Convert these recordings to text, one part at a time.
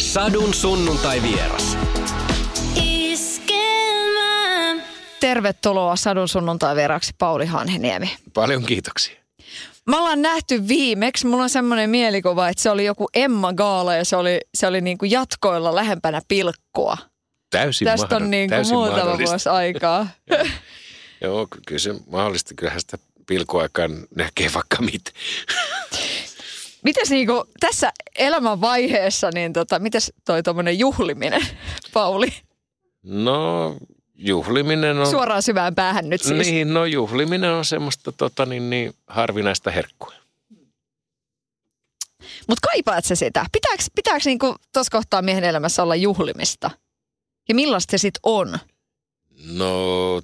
Sadun sunnuntai vieras. Tervetuloa Sadun sunnuntai vieraksi Pauli Hanhiniemi. Paljon kiitoksia. Me ollaan nähty viimeksi. Mulla on semmoinen mielikuva, että se oli joku Emma-gaala ja se oli niin kuin jatkoilla lähempänä pilkkua. Tästä on niin kuin muutama vuosi aikaa. Joo, kyllä se mahdollisesti. Kyllähän sitä pilkuaikaan näkee vaikka mitä. Mites niinku tässä elämän vaiheessa, niin mites toi tommonen juhliminen, Pauli? No, juhliminen on... Suoraan syvään päähän nyt siis. Niin, no juhliminen on semmoista harvinaista herkkua. Mut kaipaat sä sitä? Pitääkö niinku tossa kohtaa miehen elämässä olla juhlimista? Ja millaista se sit on? No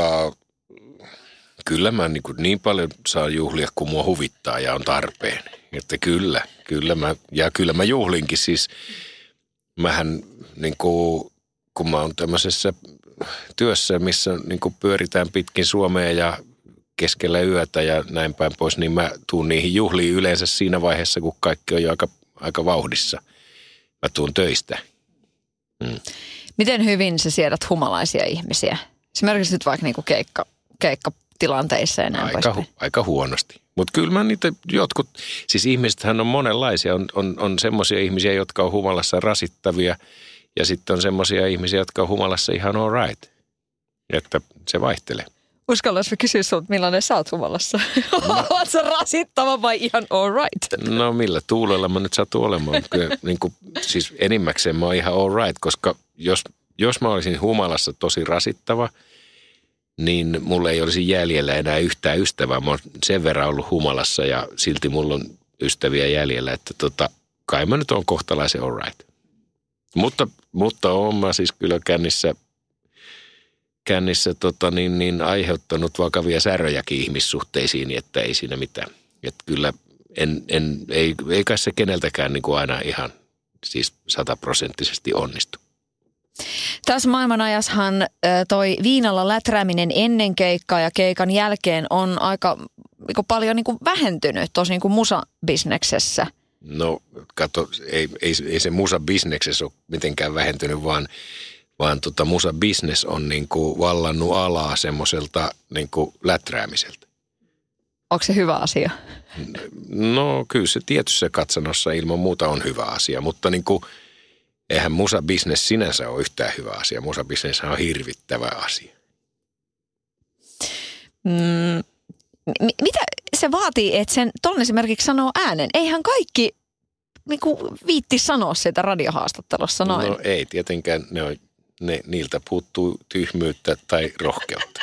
kyllä mä niin paljon saan juhlia, kun mua huvittaa ja on tarpeen. Että kyllä mä juhlinkin. Siis mähän kun mä oon tämmöisessä työssä, missä pyöritään pitkin Suomea ja keskellä yötä ja näin päin pois, niin mä tuun niihin juhliin yleensä siinä vaiheessa, kun kaikki on jo aika vauhdissa. Mä tuun töistä. Miten hyvin sä siedät humalaisia ihmisiä? Esimerkiksi nyt vaikka keikkatilanteissa ja näin poispäin. Aika huonosti. Mutta kyllä mä niitä jotkut, siis ihmisethän on monenlaisia. On semmoisia ihmisiä, jotka on humalassa rasittavia ja sitten on semmoisia ihmisiä, jotka on humalassa ihan all right. Että se vaihtelee. Uskallas mä kysyä sulta, millainen sä oot humalassa? Oot sä rasittava vai ihan all right? No millä tuulella mä nyt satun olemaan. Kyllä, siis enimmäkseen mä oon ihan all right, koska jos mä olisin humalassa tosi rasittava, niin mulla ei olisi jäljellä enää yhtään ystävää. Mä oon sen verran ollut humalassa ja silti mulla on ystäviä jäljellä, että kai mä nyt oon kohtalaisen all right. Mutta oon mä siis kyllä kännissä aiheuttanut vakavia säröjäkin ihmissuhteisiin, että ei siinä mitään. Että kyllä ei kai se keneltäkään aina ihan siis 100% onnistu. Tässä maailmanajassahan toi viinalla läträäminen ennen keikkaa ja keikan jälkeen on aika paljon vähentynyt tosi musabisneksessä. No kato, ei se musabisneksessä ole mitenkään vähentynyt, vaan musabisnes on vallannut alaa semmoiselta läträämiseltä. Onko se hyvä asia? No kyllä se tietyssä katsannossa ilman muuta on hyvä asia, mutta eihän musabisnes sinänsä ole yhtään hyvä asia. Musabisnes on hirvittävä asia. Mitä se vaatii, että sen ton esimerkiksi sanoo äänen? Eihän kaikki viitti sanoa sitä radiohaastattelussa noin. No ei tietenkään, niiltä puuttuu tyhmyyttä tai rohkeutta.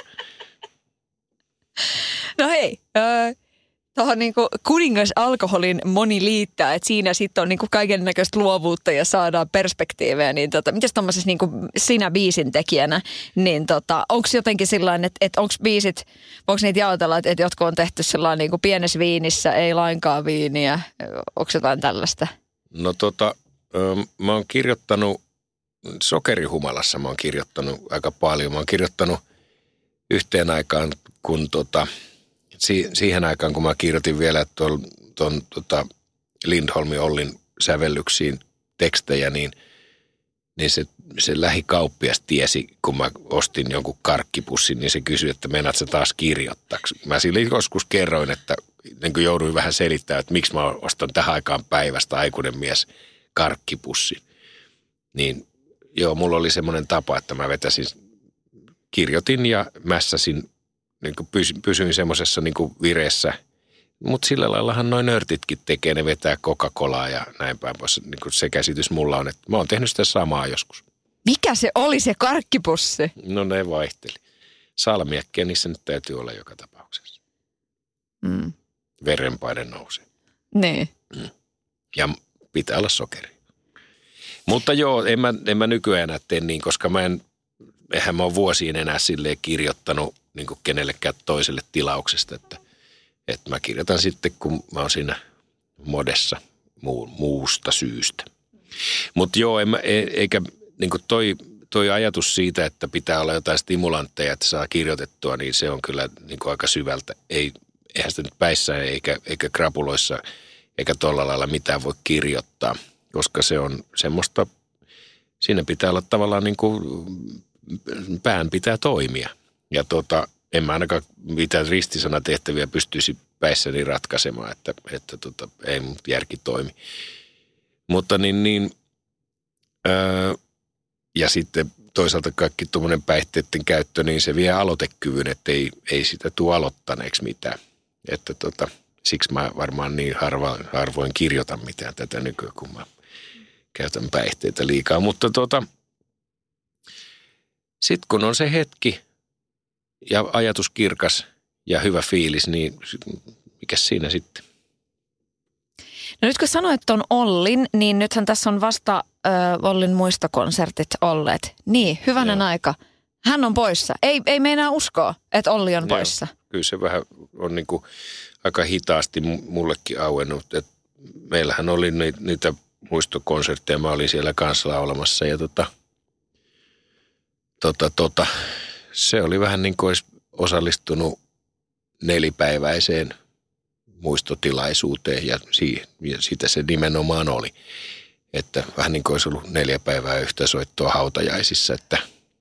No hei, tuohon kuningasalkoholin moni liittää, että siinä sitten on kaiken näköistä luovuutta ja saadaan perspektiivejä. Niin mites tuommoisessa sinä biisin tekijänä, niin onko jotenkin sillain, että onko biisit, voiko niitä jaotella, että jotkut on tehty sellainen pienessä viinissä, ei lainkaan viiniä, onko jotain tällaista? No mä oon kirjoittanut, sokerihumalassa mä oon kirjoittanut aika paljon. Mä oon kirjoittanut yhteen aikaan, kun siihen aikaan, kun mä kirjoitin vielä tuon Lindholmin Ollin sävellyksiin tekstejä, niin se lähikauppias tiesi, kun mä ostin jonkun karkkipussin, niin se kysyi, että meinaat sä taas kirjoittaksi. Mä sille joskus kerroin, että jouduin vähän selittämään, että miksi mä ostan tähän aikaan päivästä aikuinen mies karkkipussin. Niin joo, mulla oli semmoinen tapa, että mä kirjoitin ja mässäsin, pysyin semmoisessa vireessä. Mutta sillä laillahan noin nörtitkin tekee, ne vetää Coca-Colaa ja näin päin pois. Se käsitys mulla on, että mä oon tehnyt sitä samaa joskus. Mikä se oli se karkkipussi? No ne vaihteli. Salmiakkia niissä nyt täytyy olla joka tapauksessa. Verenpaine nousee. Niin. Ja pitää olla sokeria. Mutta joo, en mä nykyään tee niin, koska eihän mä oon vuosiin enää silleen kirjoittanut kenellekään toiselle tilauksesta, että mä kirjoitan sitten, kun mä oon siinä modessa muusta syystä. Mutta joo, eikä toi ajatus siitä, että pitää olla jotain stimulantteja, että saa kirjoitettua, niin se on kyllä aika syvältä. Eihän sitä nyt päissä eikä krapuloissa eikä tuolla lailla mitään voi kirjoittaa. koska se on semmoista, siinä pitää olla tavallaan niin kuin pään pitää toimia. Ja en mä ainakaan mitään ristisanatehtäviä pystyisi päissäni ratkaisemaan, että ei mun järki toimi. Mutta ja sitten toisaalta kaikki tuommoinen päihteiden käyttö, niin se vie aloitekyvyn, että ei sitä tule aloittaneeksi mitään. Että siksi mä varmaan niin harvoin kirjoitan mitään tätä nykyään, kun mä käytän päihteitä liikaa. Mutta sitten kun on se hetki ja ajatus kirkas ja hyvä fiilis, niin mikäs siinä sitten? No nyt kun sanoit ton Ollin, niin nythän tässä on vasta Ollin muistokonsertit olleet. Niin, hyvänen aika. Hän on poissa. Ei meinaa uskoa, että Olli on poissa. Kyllä se vähän on niin kuin aika hitaasti mullekin auennut. Et meillähän oli niitä muistokonsertteja. Mä olin siellä kanssa laulamassa ja se oli vähän niin kuin olisi osallistunut 4-päiväiseen muistotilaisuuteen ja siitä se nimenomaan oli. Että vähän niin kuin olisi ollut 4 päivää yhtä soittoa hautajaisissa, että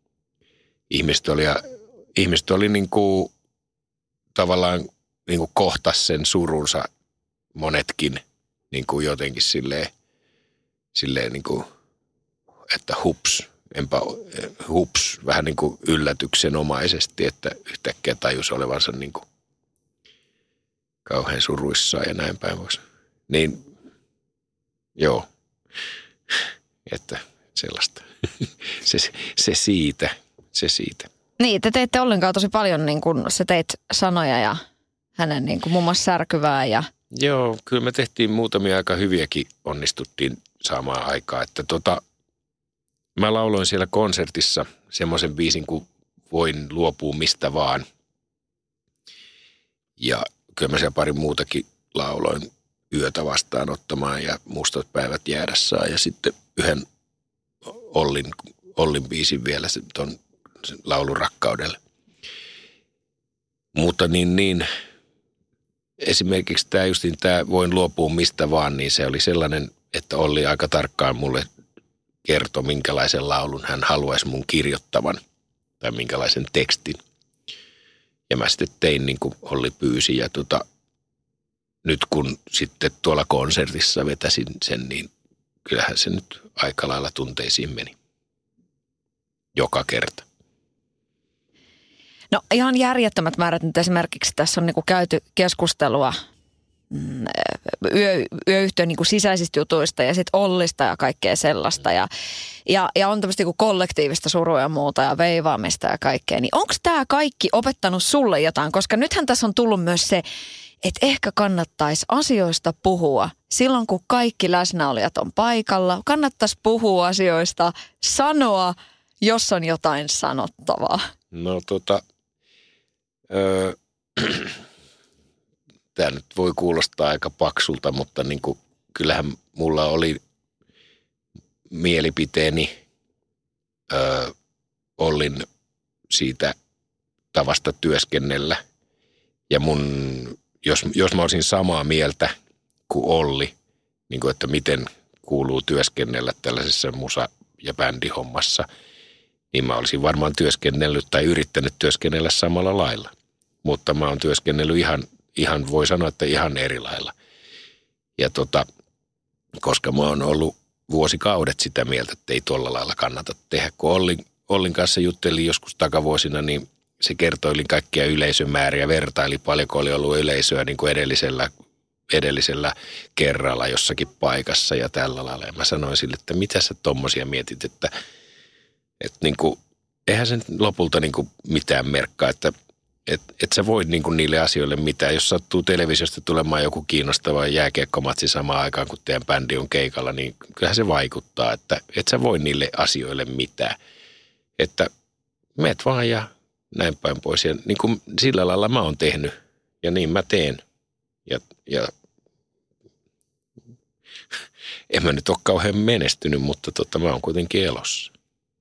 ihmiset oli niin kuin tavallaan niin kuin kohtas sen surunsa monetkin niin kuin jotenkin silleen niin kuin, että hups, vähän niin kuin yllätyksenomaisesti, että yhtäkkiä tajus olevansa niin kuin kauhean suruissaan ja näin päin voisi. Niin, joo, että sellaista. se siitä. Niin, te teitte ollenkaan tosi paljon, niin kuin sä teit sanoja ja hänen niin kuin muun muassa särkyvää ja... Joo, kyllä me tehtiin muutamia aika hyviäkin, onnistuttiin saamaan aikaa, että mä lauloin siellä konsertissa semmoisen biisin, kun voin luopua mistä vaan. Ja kyllä mä siellä pari muutakin lauloin yötä vastaanottamaan ja mustat päivät jäädä saa. Ja sitten yhden Ollin biisin vielä ton laulun rakkaudelle. Mutta niin esimerkiksi tämä voin luopua mistä vaan, niin se oli sellainen, että Olli aika tarkkaan mulle kertoi, minkälaisen laulun hän haluaisi mun kirjoittavan tai minkälaisen tekstin. Ja mä sitten tein niin kuin Olli pyysi ja nyt kun sitten tuolla konsertissa vetäsin sen, niin kyllähän se nyt aika lailla tunteisiin meni. Joka kerta. No ihan järjettömät määrät nyt esimerkiksi tässä on niinku käyty keskustelua yöyhtiön niinku sisäisistä jutuista ja sitten Ollista ja kaikkea sellaista. Ja on tämmöistä niinku kollektiivista surua ja muuta ja veivaamista ja kaikkea. Niin onko tämä kaikki opettanut sulle jotain? Koska nythän tässä on tullut myös se, että ehkä kannattaisi asioista puhua silloin, kun kaikki läsnäolijat on paikalla. Kannattaisi puhua asioista, sanoa, jos on jotain sanottavaa. No tämä nyt voi kuulostaa aika paksulta, mutta niin kuin, kyllähän mulla oli mielipiteeni Ollin siitä tavasta työskennellä. Ja jos mä olisin samaa mieltä kuin Olli, niin kuin, että miten kuuluu työskennellä tällaisessa musa- ja bändihommassa, niin mä olisin varmaan työskennellyt tai yrittänyt työskennellä samalla lailla. Mutta mä oon työskennellyt ihan voi sanoa, että ihan eri lailla. Ja koska mä oon ollut vuosikaudet sitä mieltä, että ei tuolla lailla kannata tehdä. Kun Ollin kanssa juttelin joskus takavuosina, niin se kertoili kaikkia yleisömääriä, vertaili paljonko oli ollut yleisöä niin kuin edellisellä kerralla jossakin paikassa ja tällä lailla. Ja mä sanoin sille, että mitä sä tommosia mietit, että niin kuin, eihän sen lopulta niin kuin mitään merkkaa, että et sä voit niin kuin niille asioille mitään. Jos sattuu televisiosta tulemaan joku kiinnostava jääkiekkomatsi samaan aikaan, kun teidän bändi on keikalla, niin kyllähän se vaikuttaa, että et sä voi niille asioille mitään. Että meet vaan ja näin päin pois. Ja niin kuin sillä lailla mä oon tehnyt ja niin mä teen. Ja en mä nyt ole kauhean menestynyt, mutta mä oon kuitenkin elossa.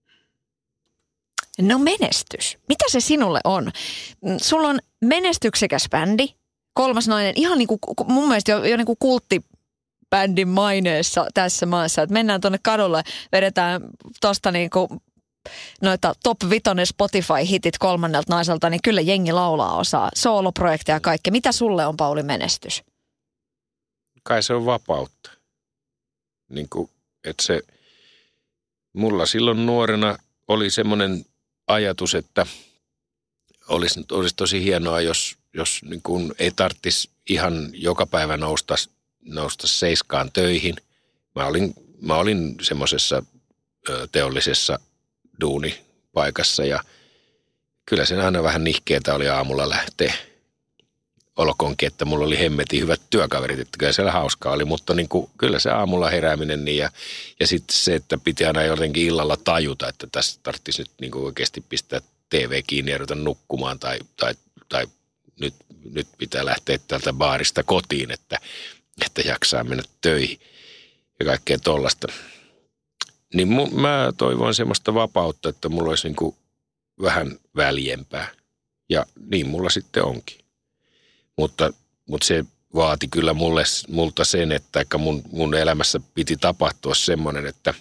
No menestys. Mitä se sinulle on? Sulla on menestyksekäs bändi, 3 nainen, ihan niin kuin mun mielestä jo niin kuin bändin maineessa tässä maassa. Että mennään tuonne kadulle, vedetään tosta niinku noita top 5 Spotify-hitit kolmannelta naiselta, niin kyllä jengi laulaa osaa. Sooloprojekteja ja kaikkea. Mitä sulle on, Pauli, menestys? Kai se on vapautta. Niin kuin, että se, mulla silloin nuorena oli semmoinen ajatus, että olisi tosi hienoa, jos niin kuin ei tarvitsisi ihan joka päivä nousta 7 töihin. Mä olin semmoisessa teollisessa duunipaikassa ja kyllä sen aina vähän nihkeetä oli aamulla lähteä. Olkoonkin, että mulla oli hemmetin hyvät työkaverit, että kyllä siellä hauskaa oli, mutta niin kuin, kyllä se aamulla herääminen niin ja sitten se, että piti aina jotenkin illalla tajuta, että tässä tarvitsisi nyt niin kuin oikeasti pistää TV kiinni ja ruveta nukkumaan tai nyt pitää lähteä tältä baarista kotiin, että jaksaa mennä töihin ja kaikkea tollaista. Niin mä toivon semmoista vapautta, että mulla olisi niin kuin vähän väljempää ja niin mulla sitten onkin. Mutta se vaati kyllä multa sen, että mun elämässä piti tapahtua semmoinen, että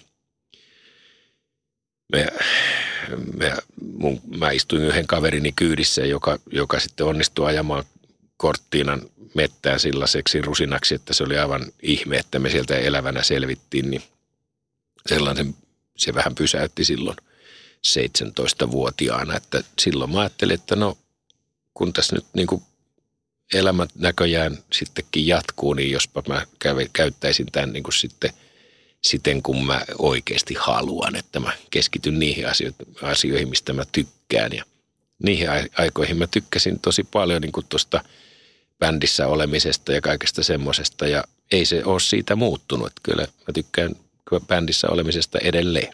mä istuin yhden kaverini kyydissä, joka sitten onnistui ajamaan Cortinan mettään sellaiseksi rusinaksi, että se oli aivan ihme, että me sieltä elävänä selvittiin, niin sellainen se vähän pysäytti silloin 17-vuotiaana, että silloin mä ajattelin, että no kun tässä nyt niin kuin elämä näköjään sittenkin jatkuu, niin jospa mä käyttäisin tämän niin kuin siten, kun mä oikeasti haluan, että mä keskityn niihin asioihin, mistä mä tykkään. Ja niihin aikoihin mä tykkäsin tosi paljon niin kuin tuosta bändissä olemisesta ja kaikesta semmoisesta, ja ei se ole siitä muuttunut. Että kyllä mä tykkään bändissä olemisesta edelleen.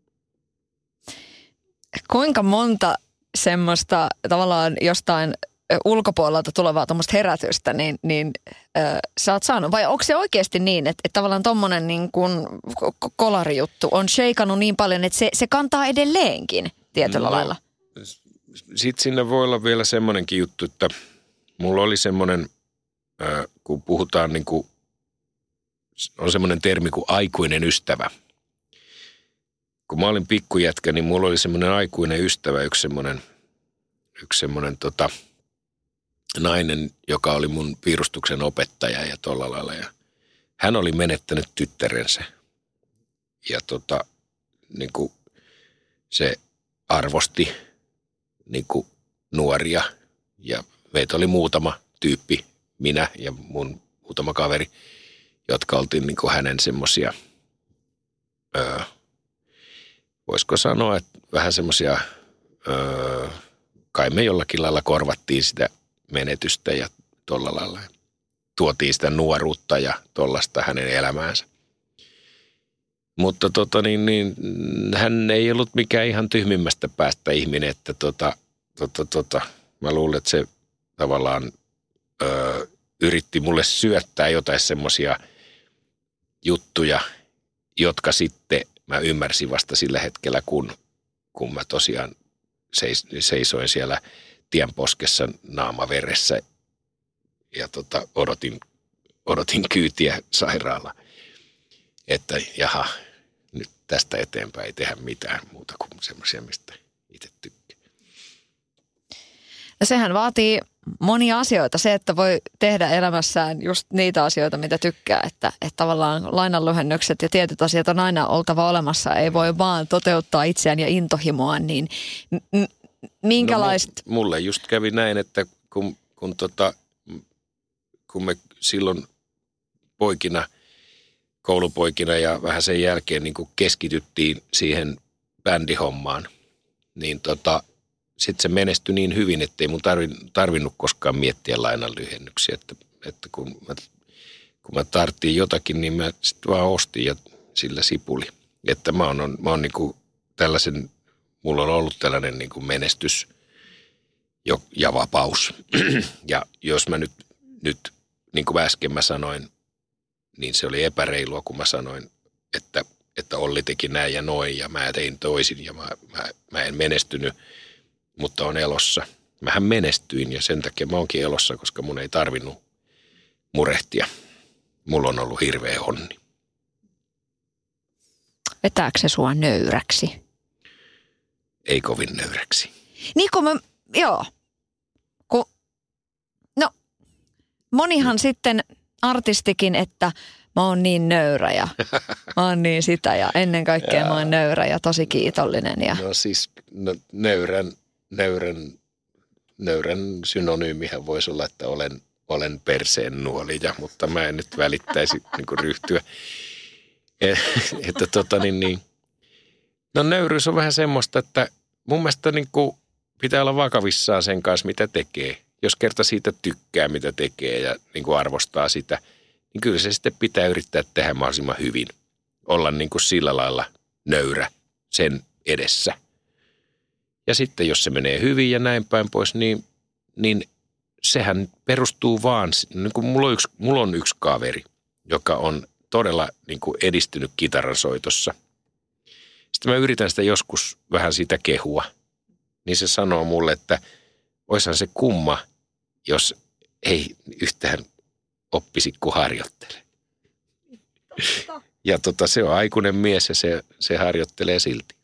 Kuinka monta semmoista tavallaan jostain ulkopuolelta tulevaa tuommoista herätystä, niin sä oot saanut? Vai onko se oikeasti niin, että tavallaan tommonen niin kuin kolarijuttu on sheikannut niin paljon, että se kantaa edelleenkin tietyllä lailla? Sitten siinä voi olla vielä semmoinenkin juttu, että mulla oli semmoinen, kun puhutaan niin kuin, on semmoinen termi kuin aikuinen ystävä. Kun mä olin pikkujätkä, niin mulla oli semmoinen aikuinen ystävä, yksi semmoinen nainen, joka oli mun piirustuksen opettaja ja tolla lailla. Ja hän oli menettänyt tyttärensä. Ja niin kuin se arvosti niin kuin nuoria. Ja meitä oli muutama tyyppi, minä ja mun muutama kaveri, jotka oltiin niin kuin hänen semmosia, voisiko sanoa, että vähän semmosia, kai me jollakin lailla korvattiin sitä menetystä ja tolla lailla. Tuotiin sitä nuoruutta ja tollaista hänen elämäänsä. Mutta hän ei ollut mikään ihan tyhmimmästä päästä ihminen, että mä luulen, että se tavallaan yritti mulle syöttää jotain semmoisia juttuja, jotka sitten mä ymmärsin vasta sillä hetkellä, kun mä tosiaan seisoin siellä tienposkessa naama veressä ja odotin kyytiä sairaalaan. Että jaha, nyt tästä eteenpäin ei tehdä mitään muuta kuin semmoisia, mistä itse tykkää. No sehän vaatii monia asioita. Se, että voi tehdä elämässään just niitä asioita, mitä tykkää. Että tavallaan lainanlyhennykset ja tietyt asiat on aina oltava olemassa. Ei voi vaan toteuttaa itseään ja intohimoa, niin minkälaista? No, mulle just kävi näin, että kun me silloin koulupoikina ja vähän sen jälkeen niin kuin keskityttiin siihen bändihommaan, niin sitten se menestyi niin hyvin, ettei mun tarvinnut koskaan miettiä lainanlyhennyksiä, että kun mä tarttiin jotakin, niin mä sitten vaan ostin ja sillä sipuli. Että mä oon niin kuin tällaisen, mulla on ollut tällainen niin kuin menestys ja vapaus. Ja jos mä nyt niin kuin äsken mä sanoin, niin se oli epäreilua, kun mä sanoin, että Olli teki näin ja noin ja mä tein toisin ja mä en menestynyt, mutta on elossa. Mähän menestyin ja sen takia mä oonkin elossa, koska mun ei tarvinnut murehtia. mulla on ollut hirveä onni. Vetääkö se sua nöyräksi? Ei kovin nöyräksi. Niin kuin joo. Monihan sitten artistikin, että mä oon niin nöyrä ja mä oon niin sitä ja ennen kaikkea mä oon nöyrä ja tosi kiitollinen. Ja... No siis nöyrän synonyymihän voisi olla, että olen perseen nuolija, mutta mä en nyt välittäisi niin ryhtyä. No nöyryys on vähän semmoista, että mun mielestä niin kuin pitää olla vakavissaan sen kanssa, mitä tekee. Jos kerta siitä tykkää, mitä tekee ja niin kuin arvostaa sitä, niin kyllä se sitten pitää yrittää tehdä mahdollisimman hyvin. Olla niin kuin sillä lailla nöyrä sen edessä. Ja sitten jos se menee hyvin ja näin päin pois, niin sehän perustuu vaan, niin kuin mulla on yksi kaveri, joka on todella niin kuin edistynyt kitaransoitossa. Sitten mä yritän sitä joskus vähän sitä kehua. Niin se sanoo mulle, että oishan se kumma, jos ei yhtään oppisi, kun harjoittelee. Ja se on aikuinen mies ja se harjoittelee silti.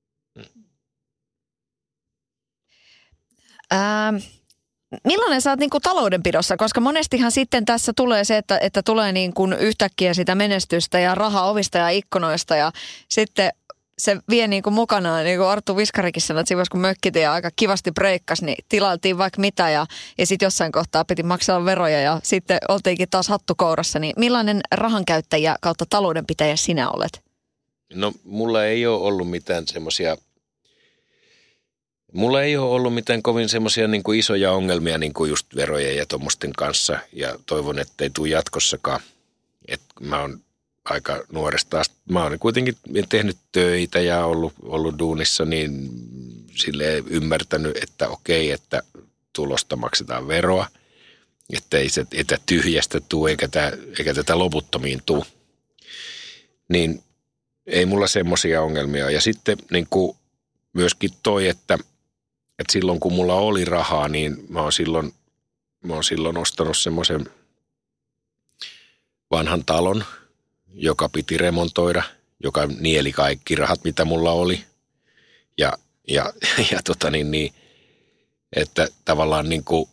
Millainen sä oot niin kuin taloudenpidossa? Koska monestihan sitten tässä tulee se, että tulee niin kuin yhtäkkiä sitä menestystä ja rahaa ovista ja ikkunoista ja sitten se vie niin kuin mukanaan, niin kuin Arttu Viskarikin sanoi, että siinä kun mökkitie aika kivasti breikkasi, niin tilailtiin vaikka mitä ja sitten jossain kohtaa piti maksaa veroja ja sitten oltiinkin taas hattukourassa. Niin millainen rahankäyttäjä kautta taloudenpitäjä sinä olet? No mulla ei ole ollut mitään kovin semmoisia niin kuin isoja ongelmia niin kuin just verojen ja tuommoisten kanssa ja toivon, että ei tule jatkossakaan. Että mä oon aika nuoresta asti. Mä oon kuitenkin tehnyt töitä ja ollut duunissa, niin silleen ymmärtänyt, että okei, että tulosta maksetaan veroa. Että ei se tyhjästä tule eikä tätä loputtomiin tule. Niin ei mulla semmoisia ongelmia. Ja sitten niin kuin myöskin että silloin kun mulla oli rahaa, niin mä oon silloin ostanut semmoisen vanhan talon, joka piti remontoida, joka nieli kaikki rahat, mitä mulla oli. Että tavallaan niin kuin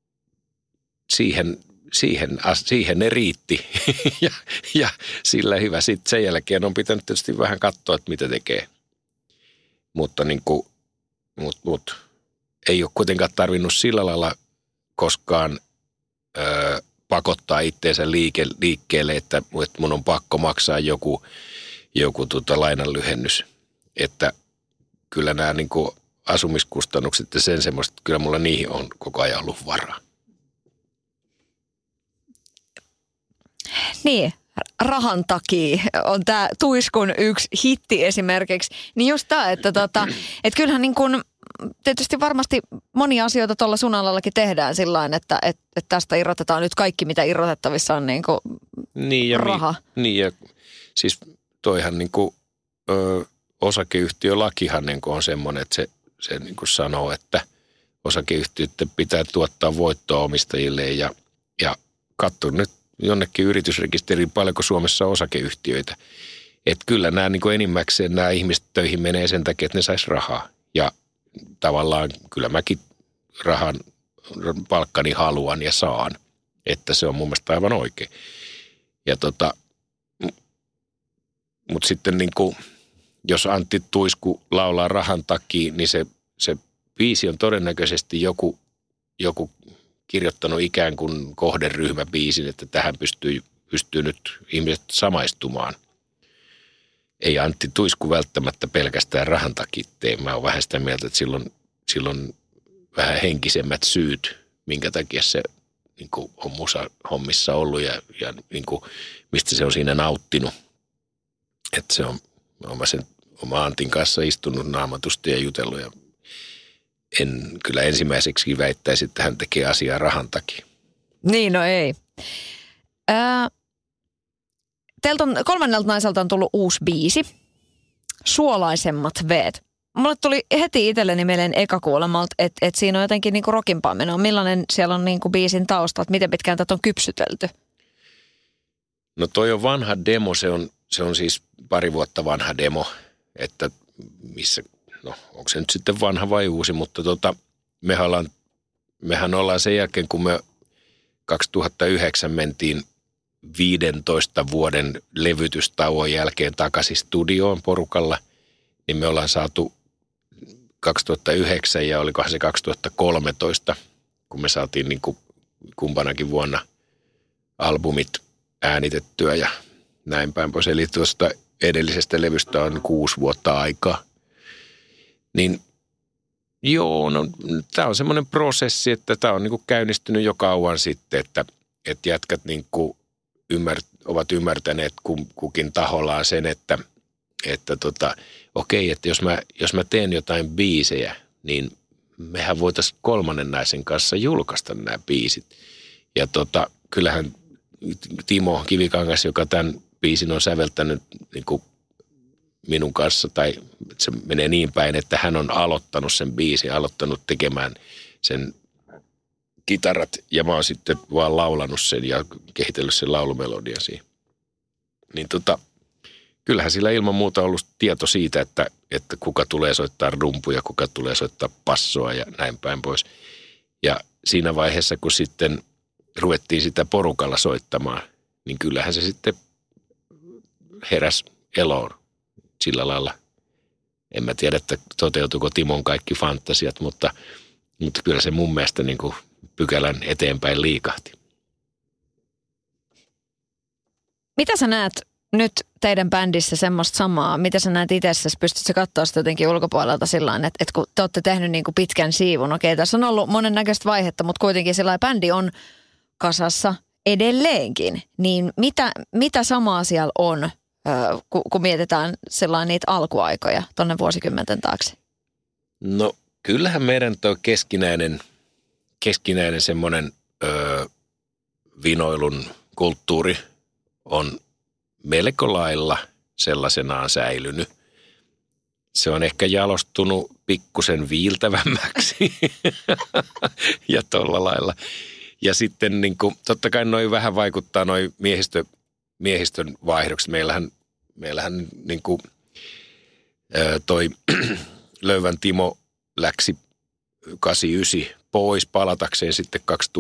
siihen ne riitti ja sillä hyvä. Sitten sen jälkeen on pitänyt tietysti vähän katsoa, että mitä tekee. Mutta niin kuin, ei ole kuitenkaan tarvinnut sillä lailla koskaan pakottaa itteensä liikkeelle, että mun on pakko maksaa joku lainanlyhennys. Että kyllä nämä niin kuin asumiskustannukset ja sen semmoista, kyllä mulla niihin on koko ajan ollut varaa. Niin, rahan takia on tämä Tuiskun yksi hitti esimerkiksi. Niin just tämä, että kyllähän niin kuin tietysti varmasti monia asioita tuolla sun alallakin tehdään sillain, että tästä irrotetaan nyt kaikki, mitä irrotettavissa on niin kuin raha. Niin ja siis toihan niin kuin osakeyhtiölakihan niin kuin on semmoinen, että se niin kuin sanoo, että osakeyhtiöiden pitää tuottaa voittoa omistajille ja katso nyt jonnekin yritysrekisteriin paljonko Suomessa on osakeyhtiöitä. Että kyllä nämä niin kuin enimmäkseen nämä ihmiset töihin menee sen takia, että ne sais rahaa. Ja tavallaan kyllä mäkin palkkani haluan ja saan. Että se on mun mielestä aivan oikein. Ja mutta sitten niin kuin, jos Antti Tuisku laulaa rahan takia, niin se biisi on todennäköisesti joku kirjoittanut ikään kuin kohderyhmäbiisin, että tähän pystyy nyt ihmiset samaistumaan. Ei Antti Tuisku välttämättä pelkästään rahan takia tee. Mä oon vähän sitä mieltä, että silloin vähän henkisemmät syyt, minkä takia se niin kuin on musa-hommissa ollut ja niin kuin, mistä se on siinä nauttinut. Että se on sen oma Antin kanssa istunut naamatusti ja jutellut ja en kyllä ensimmäiseksi väittäisi, että hän tekee asiaa rahan takia. Niin, no ei. Teiltä on kolmannelta naiselta on tullut uusi biisi. Suolaisemmat veet. Mulle tuli heti itselleni mieleen eka kuulemalta, että siinä on jotenkin niinku rockimpaa menoa. Millainen siellä on niinku biisin tausta, että miten pitkään tätä on kypsytelty? No toi on vanha demo, se on siis pari vuotta vanha demo, että missä, no onko se nyt sitten vanha vai uusi, mutta mehän ollaan sen jälkeen, kun me 2009 mentiin 15 vuoden levytystauon jälkeen takaisin studioon porukalla, niin me ollaan saatu 2009 ja olikohan se 2013, kun me saatiin niin kuin kumpanakin vuonna albumit äänitettyä ja näin päin pois. Eli tuosta edellisestä levystä on 6 vuotta aikaa. Niin joo, no tämä on semmoinen prosessi, että tämä on niin kuin käynnistynyt jo kauan sitten, että jätkät niin kuin ovat ymmärtäneet kukin tahollaan sen, että okei, että jos mä teen jotain biisejä, niin mehän voitaisiin kolmannen naisen kanssa julkaista nämä biisit. Ja kyllähän Timo Kivikangas, joka tämän biisin on säveltänyt niin kuin minun kanssa, tai se menee niin päin, että hän on aloittanut sen biisin, aloittanut tekemään sen kitarat, ja mä oon sitten vaan laulanut sen ja kehitellyt sen laulumelodian siihen. Niin kyllähän sillä ilman muuta on ollut tieto siitä, että kuka tulee soittaa rumpuja, kuka tulee soittaa passoa ja näin päin pois. Ja siinä vaiheessa, kun sitten ruvettiin sitä porukalla soittamaan, niin kyllähän se sitten heräsi eloon sillä lailla. En mä tiedä, että toteutuiko Timon kaikki fantasiat, mutta kyllä se mun mielestä niin kuin pykälän eteenpäin liikahti. Mitä sä näet nyt teidän bändissä semmoista samaa? Mitä sä näet itsessäsi? Pystytkö katsoa sitä jotenkin ulkopuolelta sillä tavalla, että kun te olette tehnyt niin kuin pitkän siivun, okei, tässä on ollut monennäköistä vaihetta, mutta kuitenkin sillä bändi on kasassa edelleenkin. Niin mitä samaa siellä on, kun mietitään sellainen niitä alkuaikoja tuonne vuosikymmenten taakse? No kyllähän meidän tuo keskinäinen semmoinen vinoilun kulttuuri on melko lailla sellaisenaan säilynyt. Se on ehkä jalostunut pikkusen viiltävämmäksi ja tolla lailla. Ja sitten niin kuin, totta kai noi vähän vaikuttaa noi miehistön vaihdokset. Meillähän niin kuin, toi Löyvän Timo läksi 89 pois palatakseen sitten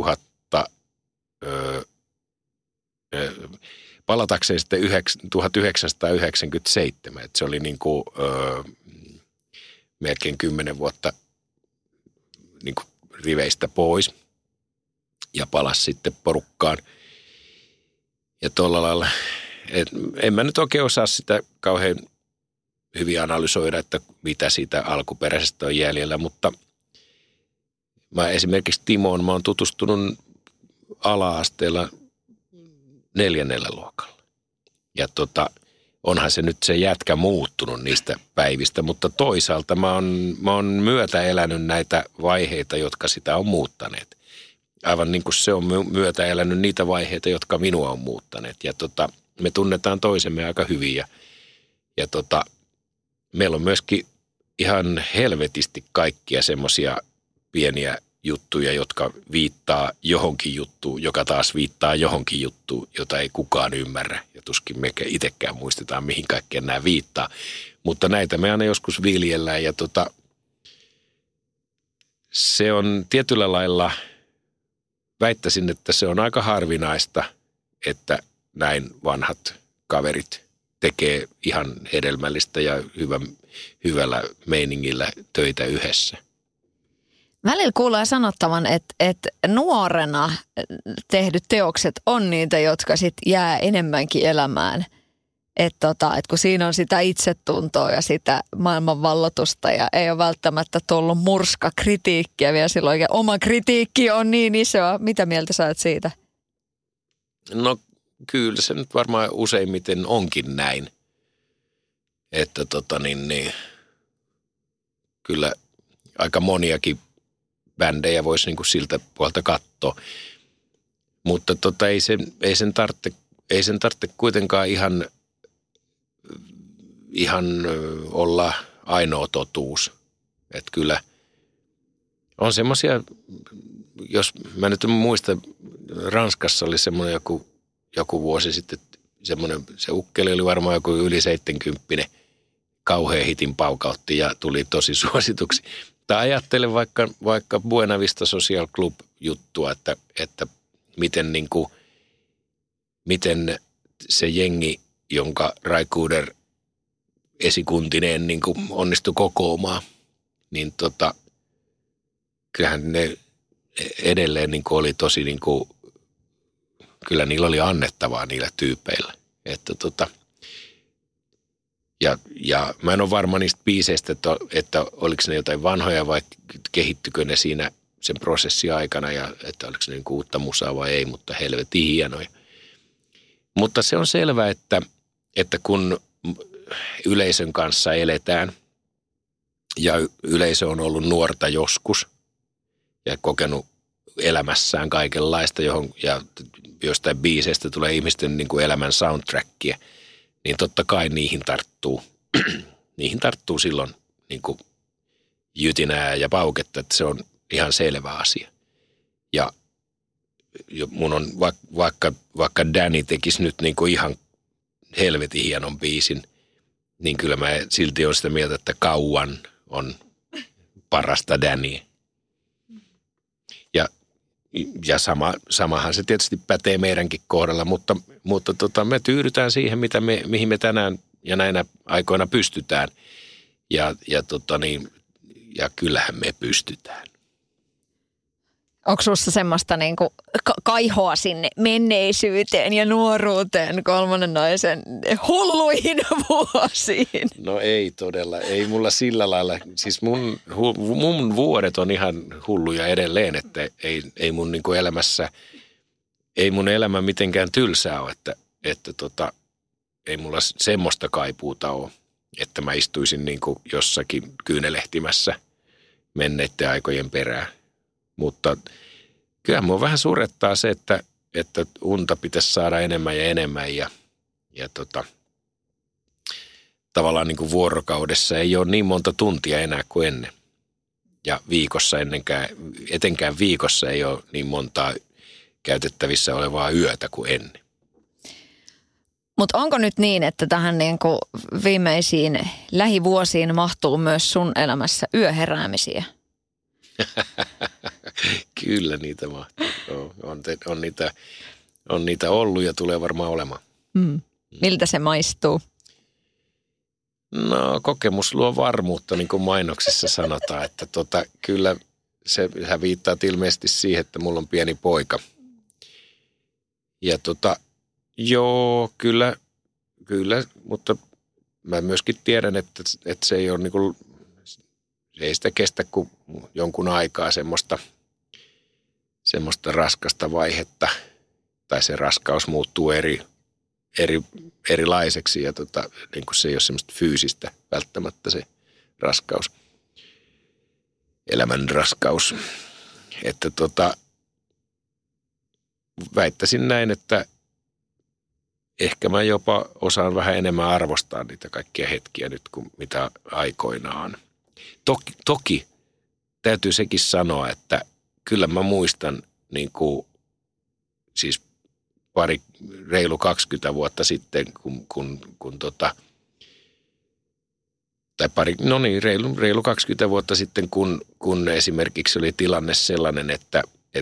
1997. Et se oli niin kuin, melkein 10 vuotta niin kuin riveistä pois ja palasi sitten porukkaan. Ja tuolla lailla, en mä nyt oikein osaa sitä kauhean hyvin analysoida, että mitä siitä alkuperäisestä on jäljellä, mutta mä esimerkiksi Timoon mä oon tutustunut ala-asteella 4. luokalla. Ja onhan se nyt se jätkä muuttunut niistä päivistä, mutta toisaalta mä oon myötä elänyt näitä vaiheita, jotka sitä on muuttaneet. Aivan niin kuin se on myötä elänyt niitä vaiheita, jotka minua on muuttaneet. Ja me tunnetaan toisemme aika hyvin ja meillä on myöskin ihan helvetisti kaikkia semmoisia pieniä juttuja, jotka viittaa johonkin juttuun, joka taas viittaa johonkin juttuun, jota ei kukaan ymmärrä. Ja tuskin me itsekään muistetaan, mihin kaikkeen nämä viittaa. Mutta näitä me aina joskus viljellään ja se on tietyllä lailla, väittäisin, että se on aika harvinaista, että näin vanhat kaverit tekee ihan hedelmällistä ja hyvällä meiningillä töitä yhdessä. Välillä kuulee sanottavan, että nuorena tehdyt teokset on niitä, jotka sitten jää enemmänkin elämään. Että kun siinä on sitä itsetuntoa ja sitä maailmanvallotusta ja ei ole välttämättä tullut murskakritiikkiä vielä silloin. Ja oma kritiikki on niin isoa. Mitä mieltä sä oot siitä? No kyllä se nyt varmaan useimmiten onkin näin. Että kyllä aika moniakin bändejä voisi niin kuin siltä puolta katsoa. Mutta ei sen tarvitse kuitenkaan ihan olla ainoa totuus. Että kyllä on semmoisia, jos mä nyt muistan, Ranskassa oli semmoinen joku vuosi sitten se ukkeli oli varmaan joku yli 70, kauhean hitin paukautti ja tuli tosi suosituksi. Tai ajattelen vaikka Buena Vista Social Club -juttua, että miten se jengi, jonka Ray Cooder esikuntineen niin kuin onnistui kokoamaan, niin kyllähän ne edelleen niin kuin oli tosi niin kuin, kyllä niillä oli annettavaa niillä tyypeillä. Että ja mä en ole varma niistä biiseistä, että oliko ne jotain vanhoja vai kehittykö ne siinä sen prosessin aikana ja että oliko ne niin kuin uutta musaa vai ei, mutta helvetin hienoja. Mutta se on selvä, että kun yleisön kanssa eletään ja yleisö on ollut nuorta joskus ja kokenut elämässään kaikenlaista, ja jostain biiseistä tulee ihmisten niin kuin elämän soundtrackia, niin totta kai niihin tarttuu. Niihin tarttuu silloin niin kuin jytinää ja pauketta, että se on ihan selvä asia. Ja mun on vaikka Danny tekisi nyt niin kuin ihan helvetin hienon biisin, niin kyllä mä silti olen sitä mieltä, että Kauan on parasta Dannyä. Ja samahan se tietysti pätee meidänkin kohdalla, mutta me tyydytään siihen, mihin me tänään ja näinä aikoina pystytään. Ja kyllähän me pystytään. Onko sinussa semmoista niinku kaihoa sinne menneisyyteen ja nuoruuteen kolmannen naisen hulluihin vuosiin? No ei todella, ei mulla sillä lailla. Siis mun vuodet on ihan hulluja edelleen, että ei mun niinku elämässä, ei mun elämä mitenkään tylsää ole, että ei mulla semmoista kaipuuta ole, että mä istuisin niinku jossakin kyynelehtimässä menneiden aikojen perään. Mutta kyllä mua vähän surettaa se, että unta pitäisi saada enemmän ja enemmän ja tavallaan niin kuin vuorokaudessa ei ole niin monta tuntia enää kuin ennen. Ja viikossa etenkään viikossa ei ole niin montaa käytettävissä olevaa yötä kuin ennen. Mutta onko nyt niin, että tähän niin kuin viimeisiin lähivuosiin mahtuu myös sun elämässä yöheräämisiä? Kyllä niitä mahtuu. On niitä ollut ja tulee varmaan olemaan. Miltä se maistuu? No kokemus luo varmuutta, niin kuin mainoksissa sanotaan, että kyllä se viittaa ilmeisesti siihen, että mulla on pieni poika. Ja joo, kyllä, mutta mä myöskin tiedän, että se ei ole niin kuin, ei sitä kestä kuin jonkun aikaa semmoista raskasta vaihetta, tai se raskaus muuttuu erilaiseksi, ja niin kuin se ei ole semmoista fyysistä välttämättä se raskaus, elämän raskaus. Että väittäisin näin, että ehkä mä jopa osaan vähän enemmän arvostaa niitä kaikkia hetkiä nyt kuin mitä aikoinaan. Toki täytyy sekin sanoa, että kyllä mä muistan niin kuin, siis reilu 20 vuotta sitten, reilu 20 vuotta sitten, kun esimerkiksi oli tilanne sellainen, että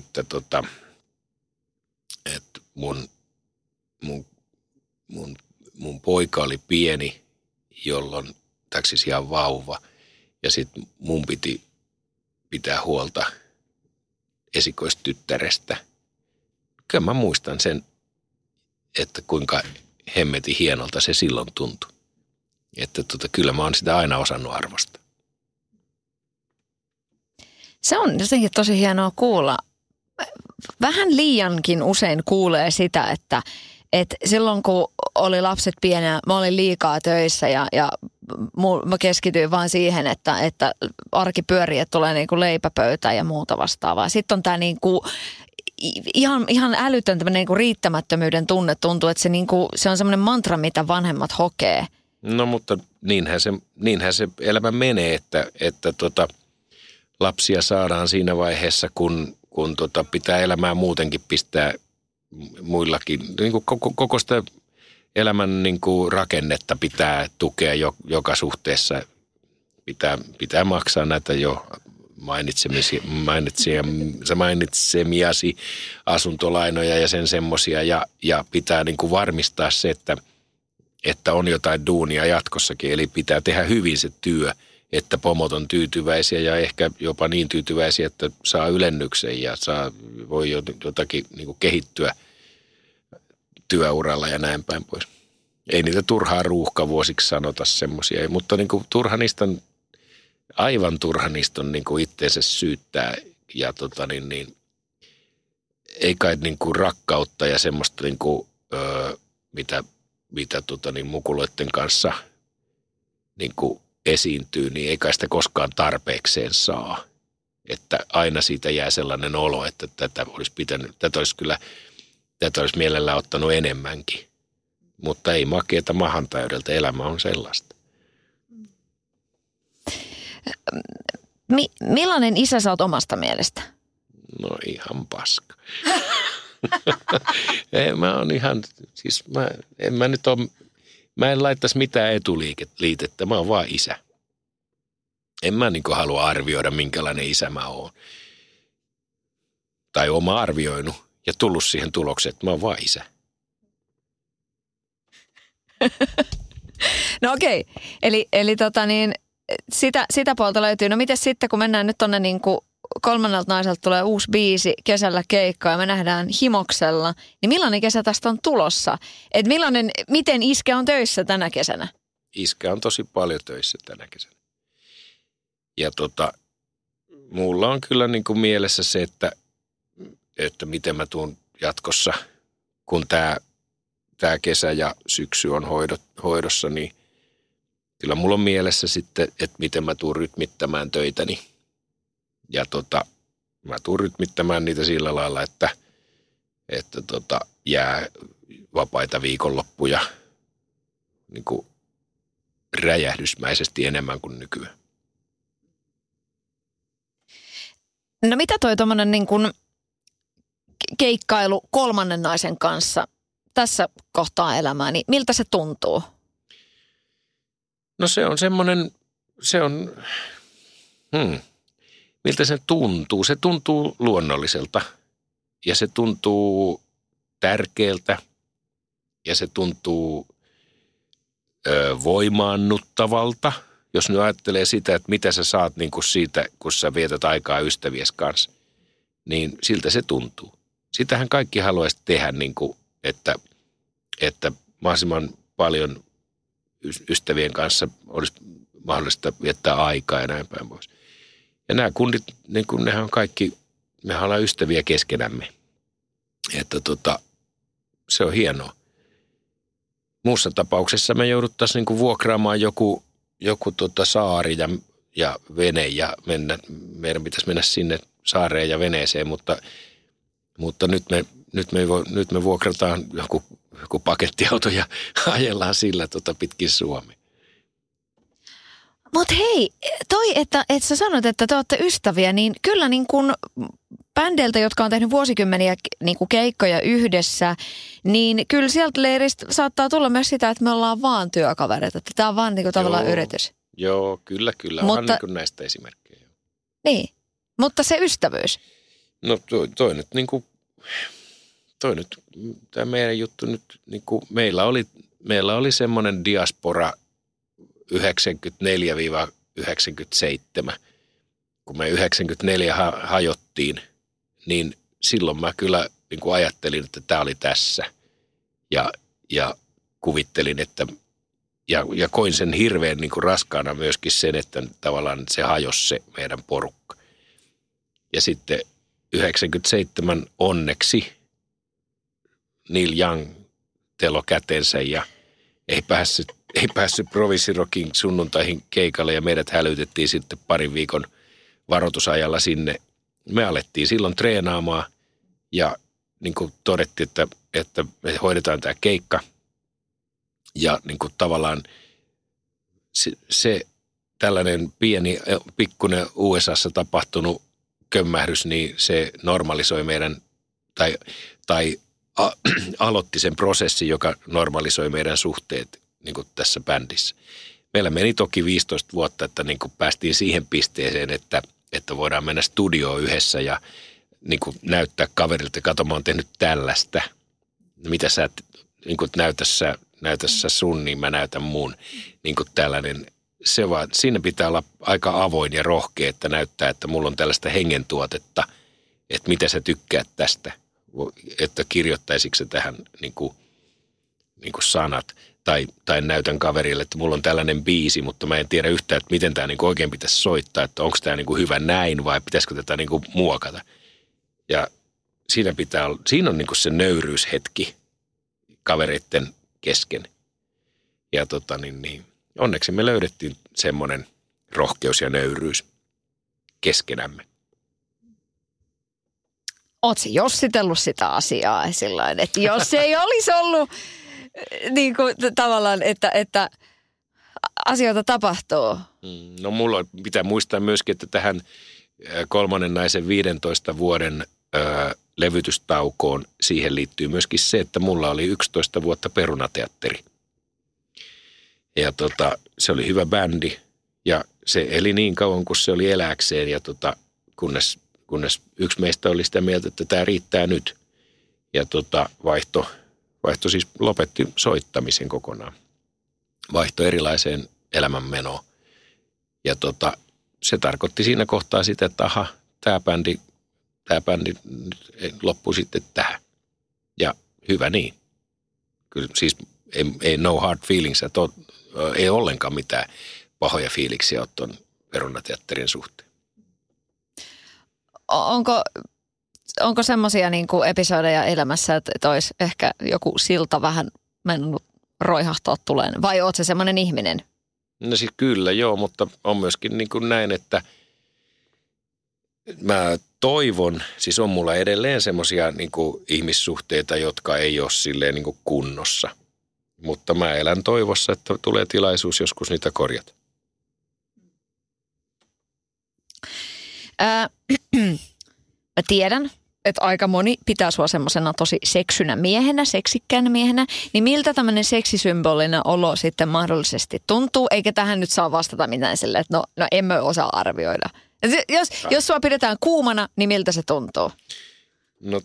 mun poika oli pieni, jolloin siis ihan vauva, ja sitten mun piti pitää huolta esikoistyttärestä. Kyllä mä muistan sen, että kuinka hemmetin hienolta se silloin tuntui. Että kyllä mä oon sitä aina osannut arvostaa. Se on jotenkin tosi hienoa kuulla. Vähän liiankin usein kuulee sitä, että silloin kun oli lapset pienenä, mä olin liikaa töissä ja mä keskityin vaan siihen, että arki pyörii, että tulee niinku leipäpöytään ja muuta vastaavaa. Sitten on tämä niinku ihan älytön tämmöinen niinku riittämättömyyden tunne. Tuntuu, että se on semmoinen mantra, mitä vanhemmat hokee. No mutta niinhän se elämä menee, että lapsia saadaan siinä vaiheessa, kun pitää elämää muutenkin pistää muillakin. Niin kuin koko sitä elämän niin kuin rakennetta tukea joka suhteessa. Pitää maksaa näitä jo mainitsemiasi asuntolainoja ja sen semmoisia ja pitää niin kuin varmistaa se, että on jotain duunia jatkossakin. Eli pitää tehdä hyvin se työ, että pomot on tyytyväisiä ja ehkä jopa niin tyytyväisiä, että saa ylennyksen ja voi jotakin niin kuin kehittyä työuralla ja näin päin pois. Ei niitä turhaa ruuhkavuosiksi sanota semmoisia, mutta niin kuin aivan turha niistä on niin kuin itteensä syyttää ja ei kai niin kuin rakkautta ja semmoista niin kuin, mitä mukuloiden kanssa niin kuin esiintyy, niin ei kai sitä koskaan tarpeekseen saa. Että aina siitä jää sellainen olo, että tätä olisi mielellään ottanut enemmänkin. Mutta ei makeeta mahan täydeltä, elämä on sellaista. Millainen isä sä oot omasta mielestä? No ihan paska. Mä oon ihan, siis mä en laittaisi mitään etuliitettä, mä oon vaan isä. En mä niin kuin halua arvioida, minkälainen isä mä oon. Tai oon mä arvioinut ja tullut siihen tulokseen, että mä oon vaan isä. No okei, eli sitä puolta löytyy. No miten sitten, kun mennään nyt tonne niin kuin kolmannelta naiselta tulee uusi biisi, kesällä keikka ja me nähdään Himoksella, niin millainen kesä tästä on tulossa? Et miten Iskä on töissä tänä kesänä? Iskä on tosi paljon töissä tänä kesänä. Ja mulla on kyllä niin kuin mielessä se, että miten mä tuun jatkossa, kun tää kesä ja syksy on hoidossa, niin kyllä mulla on mielessä sitten, että miten mä tuun rytmittämään töitäni. Ja mä tuun rytmittämään niitä sillä lailla, että jää vapaita viikonloppuja niin kuin räjähdysmäisesti enemmän kuin nykyään. No mitä toi tommonen niin kuin keikkailu kolmannen naisen kanssa tässä kohtaa elämää, niin miltä se tuntuu? No se on semmoinen, miltä se tuntuu? Se tuntuu luonnolliselta ja se tuntuu tärkeältä ja se tuntuu voimaannuttavalta, jos nyt ajattelee sitä, että mitä sä saat niin kuin siitä, kun sä vietät aikaa ystävies kanssa, niin siltä se tuntuu. Sitähän kaikki haluaisi tehdä, niin kuin, että mahdollisimman paljon ystävien kanssa olisi mahdollista viettää aikaa ja näin päin pois. Ja nämä kundit, niin kuin nehän on kaikki, mehän ollaan ystäviä keskenämme. Että se on hienoa. Muussa tapauksessa me jouduttaisiin niin kuin vuokraamaan joku saari ja vene ja meidän pitäisi mennä sinne saareen ja veneeseen, mutta nyt me vuokrataan joku pakettiauto ja ajellaan sillä pitkin Suomea. Mutta hei, että sä sanot, että te olette ystäviä, niin kyllä niin kuin bändeiltä, jotka on tehnyt vuosikymmeniä niin kuin keikkoja yhdessä, niin kyllä sieltä leiristä saattaa tulla myös sitä, että me ollaan vaan työkavereita. Että tämä on vaan niin kuin tavallaan yritys. Joo, kyllä. Onhan niin kuin näistä esimerkkejä. Niin, mutta se ystävyys. No toi nyt, tämä meidän juttu nyt, niin kuin meillä oli semmoinen diaspora 94-97, kun me 94 hajottiin, niin silloin mä kyllä niin kuin ajattelin, että tämä oli tässä ja kuvittelin, että ja koin sen hirveän niin kuin raskaana myöskin sen, että tavallaan se hajosi se meidän porukka. Ja sitten 97 onneksi Neil Young telo kätensä ja ei päässyt Provinssirokin sunnuntaihin keikalle ja meidät hälytettiin sitten parin viikon varoitusajalla sinne. Me alettiin silloin treenaamaan ja niin kuin todettiin, että me hoidetaan tämä keikka ja niin kuin tavallaan se tällainen pikkuinen USAssa tapahtunut kömmähdys, niin se normalisoi meidän tai aloitti sen prosessin, joka normalisoi meidän suhteet niin kuin tässä bändissä. Meillä meni toki 15 vuotta, että niin kuin päästiin siihen pisteeseen, että voidaan mennä studioon yhdessä ja niin kuin näyttää kaverilta, kato mä oon tehnyt tällaista. Mitä sä niin kuin näytässä sun, niin mä näytän mun. Niin kuin tällainen, siinä pitää olla aika avoin ja rohkea, että näyttää, että mulla on tällaista hengentuotetta, että mitä sä tykkäät tästä, että kirjoittaisitko sä tähän niin kuin sanat. Tai näytän kaverille, että mulla on tällainen biisi, mutta mä en tiedä yhtään, että miten tämä niinku oikein pitäisi soittaa, että onko tämä niinku hyvä näin vai pitäisikö tätä niinku muokata. Ja siinä on niinku se nöyryyshetki kavereiden kesken. Ja onneksi me löydettiin semmoinen rohkeus ja nöyryys keskenämme. Ootko jossitellut sitä asiaa sillain, että jos ei olisi ollut niin kuin tavallaan, että asioita tapahtuu. No mulla pitää muistaa myöskin, että tähän kolmannen naisen 15 vuoden levytystaukoon siihen liittyy myöskin se, että mulla oli 11 vuotta Perunateatteri. Ja se oli hyvä bändi ja se eli niin kauan kuin se oli elääkseen ja kunnes yksi meistä oli sitä mieltä, että tämä riittää nyt. Ja vaihto siis lopetti soittamisen kokonaan. Vaihto erilaiseen elämänmenoon. Ja se tarkoitti siinä kohtaa sitä, että aha, tämä bändi loppui sitten tähän. Ja hyvä niin. Kyllä siis ei no hard feelings, ei ollenkaan mitään pahoja fiiliksiä ole tuon Perunateatterin suhteen. Onko semmoisia niin kuin episodeja elämässä, että olisi ehkä joku silta vähän mennyt roihahtaa tuleen? Vai oot se semmoinen ihminen? No siis kyllä joo, mutta on myöskin niin kuin näin, että mä toivon, siis on mulla edelleen semmoisia niin kuin ihmissuhteita, jotka ei ole silleen niin kuin kunnossa. Mutta mä elän toivossa, että tulee tilaisuus joskus niitä korjata. Mä tiedän, että aika moni pitää sua semmosena tosi seksynä miehenä, seksikkäänä miehenä, niin miltä tämmöinen seksisymbolinen olo sitten mahdollisesti tuntuu, eikä tähän nyt saa vastata mitään silleen, että no emme osaa arvioida. Jos sua pidetään kuumana, niin miltä se tuntuu? No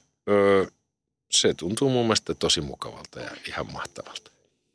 se tuntuu mun mielestä tosi mukavalta ja ihan mahtavalta.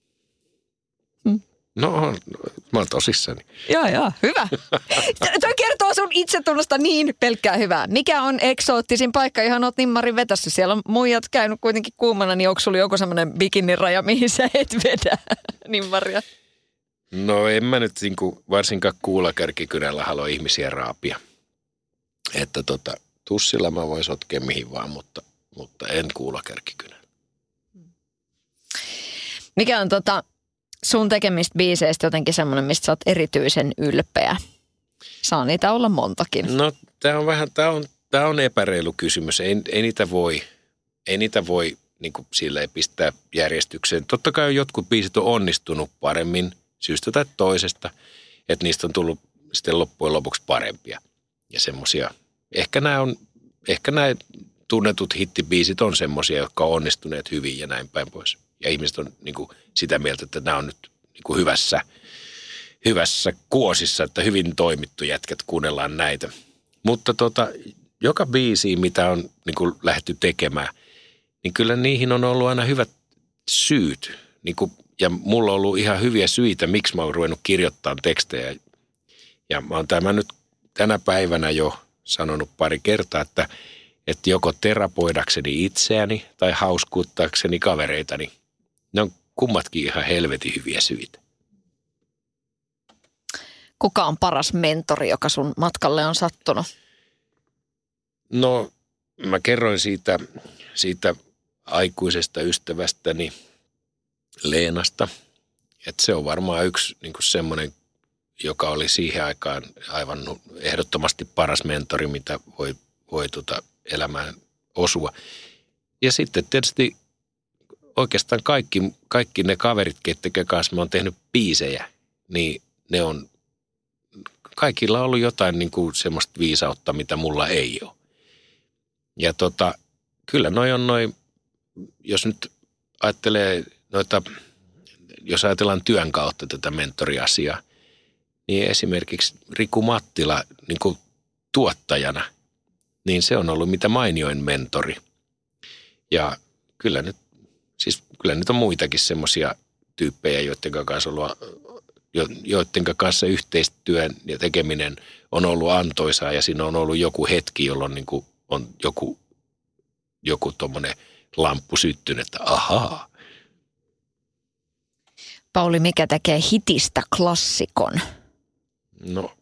No, mä oon tosissani. Joo, hyvä. Toi kertoo sun itsetunnosta niin pelkkää hyvää. Mikä on eksoottisin paikka, johon oot nimmarin vetässyt? Siellä on muijat käynyt kuitenkin kuumana, niin onko sulla joku semmoinen bikiniraja, mihin sä et vedä nimmaria? No en mä nyt varsinkaan kuulakärkikynällä halua ihmisiä raapia. Että tussilla mä voin sotkea mihin vaan, mutta en kuulakärkikynällä. Mikä on sun tekemistä biiseistä jotenkin semmoinen, mistä sä oot erityisen ylpeä? Saa niitä olla montakin. No tää on epäreilu kysymys. Ei niitä voi niin kuin silleen pistää järjestykseen. Totta kai jotkut biisit on onnistunut paremmin syystä tai toisesta, että niistä on tullut sitten loppujen lopuksi parempia. Ja semmosia, ehkä nämä tunnetut hittibiisit on semmosia, jotka on onnistuneet hyvin ja näin päin pois. Ja ihmiset on niin kuin sitä mieltä, että nämä on nyt niin kuin hyvässä kuosissa, että hyvin toimittu jätkät, kuunnellaan näitä. Mutta joka biisiin, mitä on niin kuin lähdetty tekemään, niin kyllä niihin on ollut aina hyvät syyt. Niin kuin, ja mulla on ollut ihan hyviä syitä, miksi mä oon ruvennut kirjoittamaan tekstejä. Ja mä oon tämän nyt tänä päivänä jo sanonut pari kertaa, että joko terapoidakseni itseäni tai hauskuuttaakseni kavereitani. Ne on kummatkin ihan helvetin hyviä syitä. Kuka on paras mentori, joka sun matkalle on sattunut? No, mä kerroin siitä aikuisesta ystävästäni Leenasta. Että se on varmaan yksi niin kuin semmoinen, joka oli siihen aikaan aivan ehdottomasti paras mentori, mitä voi elämään osua. Ja sitten tietysti oikeastaan kaikki ne kaverit, ketkä kanssa mä oon tehnyt biisejä, niin ne on, kaikilla on ollut jotain niin kuin semmoista viisautta, mitä mulla ei ole. Ja kyllä noi jos nyt ajattelee jos ajatellaan työn kautta tätä mentoriasiaa, niin esimerkiksi Riku Mattila niin kuin tuottajana, niin se on ollut mitä mainioin mentori. Ja kyllä nyt on muitakin semmoisia tyyppejä, joiden kanssa yhteistyön ja tekeminen on ollut antoisaa ja siinä on ollut joku hetki, jolloin niin kuin on joku tommoinen lamppu syttynyt, että ahaa. Pauli, mikä tekee hitistä klassikon? No,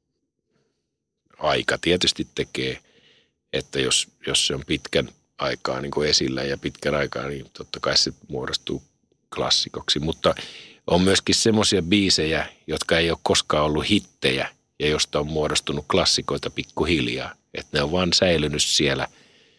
aika tietysti tekee, että jos se on pitkän aikaa niin kuin esillä ja pitkän aikaa, niin totta kai se muodostuu klassikoksi. Mutta on myöskin semmoisia biisejä, jotka ei ole koskaan ollut hittejä ja josta on muodostunut klassikoita pikkuhiljaa. Että ne on vaan säilynyt siellä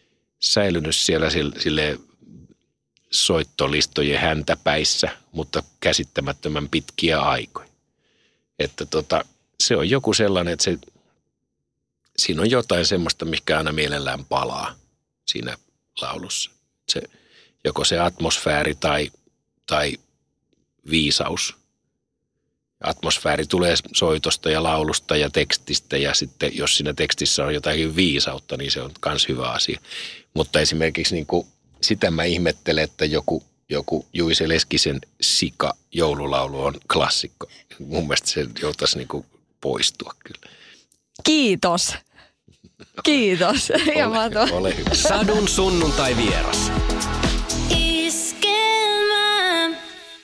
sille soittolistojen häntäpäissä, mutta käsittämättömän pitkiä aikoja. Että se on joku sellainen, että siinä on jotain semmoista, mikä aina mielellään palaa siinä laulussa. Joko se atmosfääri tai viisaus. Atmosfääri tulee soitosta ja laulusta ja tekstistä ja sitten jos siinä tekstissä on jotakin viisautta, niin se on myös hyvä asia. Mutta esimerkiksi niin kuin sitä mä ihmettelen, että joku Juise Leskisen Sika joululaulu on klassikko. Mun mielestä se joutaisi niin kuin poistua kyllä. Kiitos. Kiitos. Ole hyvä. Sadun sunnuntai vieras.